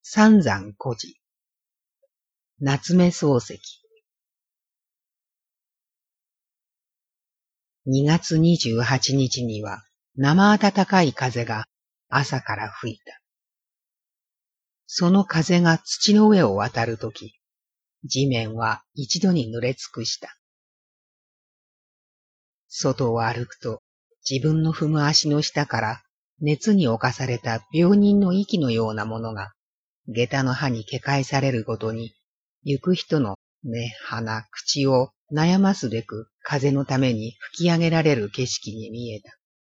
三山孤児。夏目漱石。2月28日には生暖かい風が朝から吹いた。その風が土の上を渡るとき、地面は一度に濡れ尽くした。外を歩くと自分の踏む足の下から熱に侵された病人の息のようなものが下駄の歯にけかえされるごとに行く人の目、鼻、口を悩ますべく風のために吹き上げられる景色に見えた。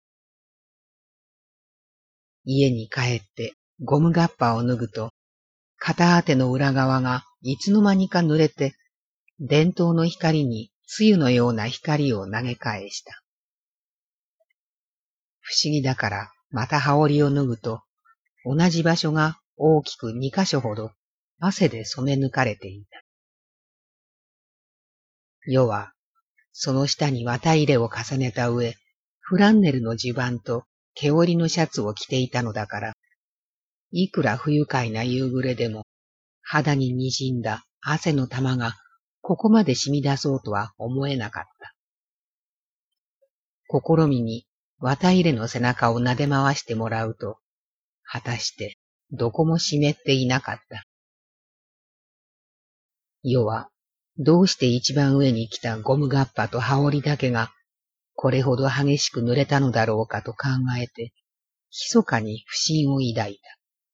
家に帰ってゴムがっぱを脱ぐと片手の裏側がいつの間にか濡れて電灯の光に露のような光を投げ返した。不思議だからまた羽織を脱ぐと同じ場所が大きく2カ所ほど汗で染め抜かれていた。世はその下に綿入れを重ねた上、フランネルの襦袢と毛織りのシャツを着ていたのだから、いくら不愉快な夕暮れでも肌に滲んだ汗の玉がここまで染み出そうとは思えなかった。試みに綿入れの背中を撫で回してもらうと、果たしてどこも湿っていなかった。世はどうして一番上に来たゴムがっぱと羽織だけがこれほど激しく濡れたのだろうかと考えて、密かに不審を抱いた。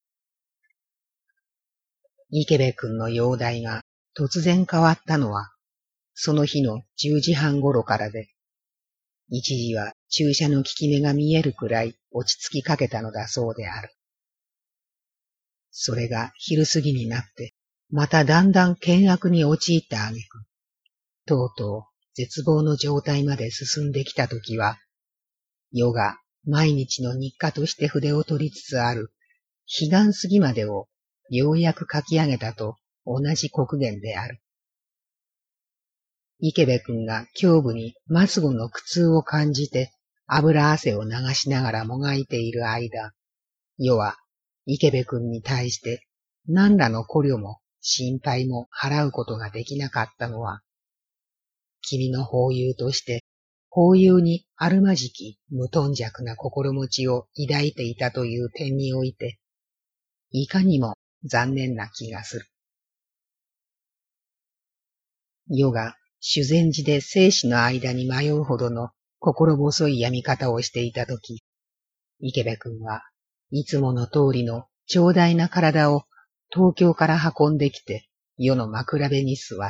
池部君の容体が突然変わったのは、その日の10時半頃からで、一時は注射の効き目が見えるくらい落ち着きかけたのだそうである。それが昼過ぎになって、まただんだん険悪に陥った挙句、とうとう絶望の状態まで進んできたときは、世が毎日の日課として筆を取りつつある彼岸過ぎまでをようやく書き上げたと同じ刻限である。池部君が胸部に末後の苦痛を感じて油汗を流しながらもがいている間、世は池部君に対して何らの考慮も心配も払うことができなかったのは、君の法友として法友にあるまじき無頓弱な心持ちを抱いていたという点において、いかにも残念な気がする。世が修禅寺で生死の間に迷うほどの心細い病み方をしていたとき、池部君はいつもの通りの長大な体を東京から運んできて世の枕辺に座った。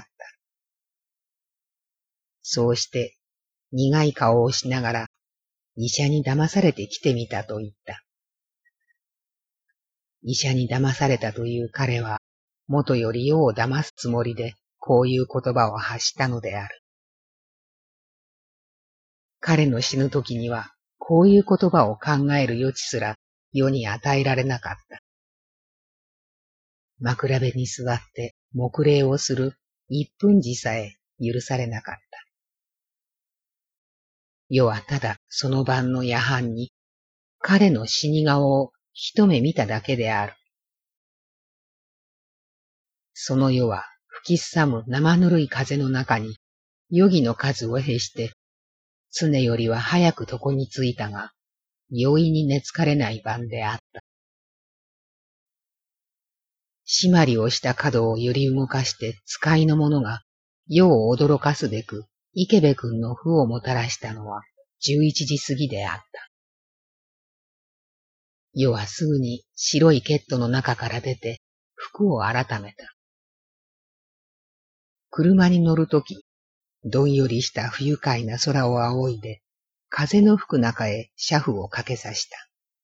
そうして苦い顔をしながら医者に騙されて来てみたと言った。医者に騙されたという彼は元より世を騙すつもりでこういう言葉を発したのである。彼の死ぬ時にはこういう言葉を考える余地すら世に与えられなかった。枕辺に座って黙礼をする一分時さえ許されなかった。世はただその晩の夜半に彼の死に顔を一目見ただけである。その夜は吹きすさむ生ぬるい風の中に余儀の数を経して常よりは早く床に着いたが容易に寝つかれない晩であった。締まりをした角を揺り動かして使いの者が世を驚かすべく池部君の負をもたらしたのは11時過ぎであった。世はすぐに白いケットの中から出て服を改めた。車に乗るとき、どんよりした不愉快な空を仰いで風の吹く中へ車夫をかけさした。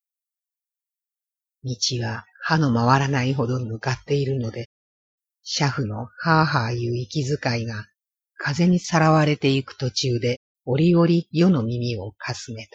道は歯の回らないほど向かっているので、車夫のはぁはぁいう息遣いが風にさらわれていく途中で折々世の耳をかすめた。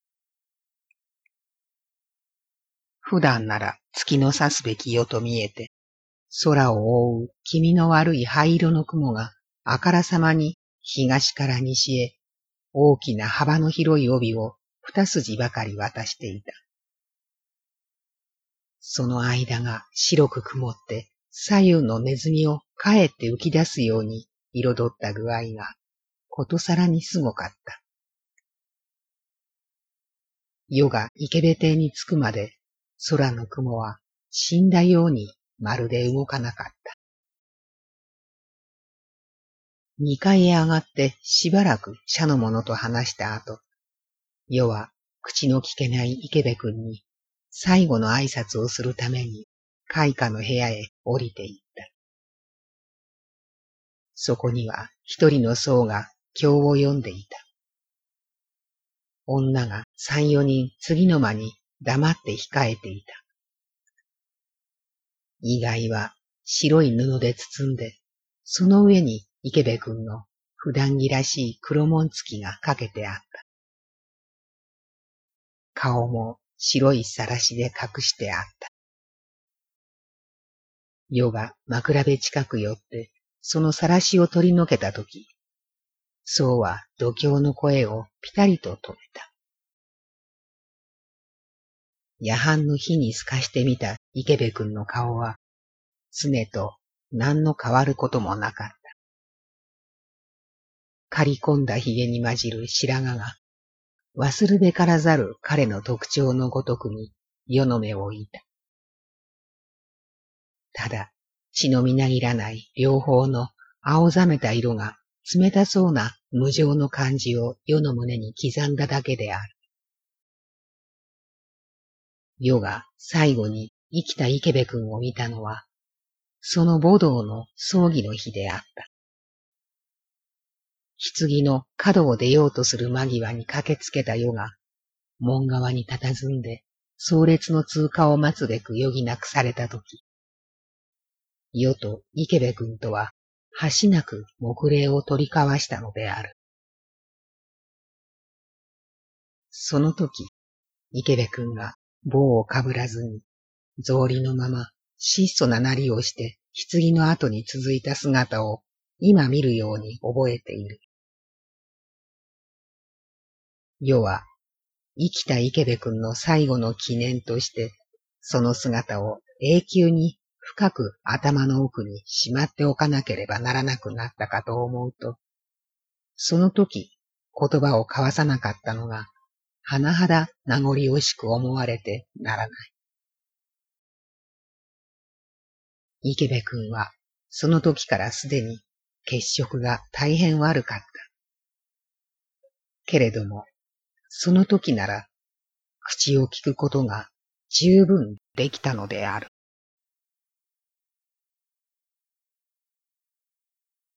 普段なら月の差すべき夜と見えて、空を覆う気味の悪い灰色の雲があからさまに東から西へ大きな幅の広い帯を二筋ばかり渡していた。 その間が白く曇って左右のネズミをかえって浮き出すように彩った具合がことさらにすごかった。夜が池辺邸に着くまで空の雲は死んだようにまるで動かなかった。二階へ上がってしばらく社の者と話した後、夜は口の聞けない池部君に最後の挨拶をするために開花の部屋へ降りて行った。そこには一人の僧が経を読んでいた。女が三、四人次の間に黙って控えていた。意外は白い布で包んで、その上に池部君の普段着らしい黒紋付きがかけてあった。顔も白いさらしで隠してあった。夜が枕辺近く寄って、そのさらしを取り除けたとき、僧は度胸の声をぴたりと止めた。夜半の火に透かしてみた池部君の顔は、常と何の変わることもなかった。刈り込んだ髭に混じる白髪が、忘るべからざる彼の特徴のごとくに夜の目を置いた。ただ、血のみなぎらない両方の青ざめた色が冷たそうな無情の感じを夜の胸に刻んだだけである。夜が最後に生きた池部君を見たのは、その墓道の葬儀の日であった。棺の角を出ようとする間際に駆けつけた夜が、門側に佇んで、葬列の通過を待つべく余儀なくされたとき、夜と池部君とは、橋なく黙礼を取り交わしたのである。その時、池部君が帽をかぶらずに、草履のまま質素ななりをして棺の後に続いた姿を今見るように覚えている。夜は生きた池部君の最後の記念として、その姿を永久に深く頭の奥にしまっておかなければならなくなったかと思うと、その時言葉を交わさなかったのが、甚だ名残惜しく思われてならない。池部君はその時からすでに血色が大変悪かった。けれども、その時なら口を聞くことが十分できたのである。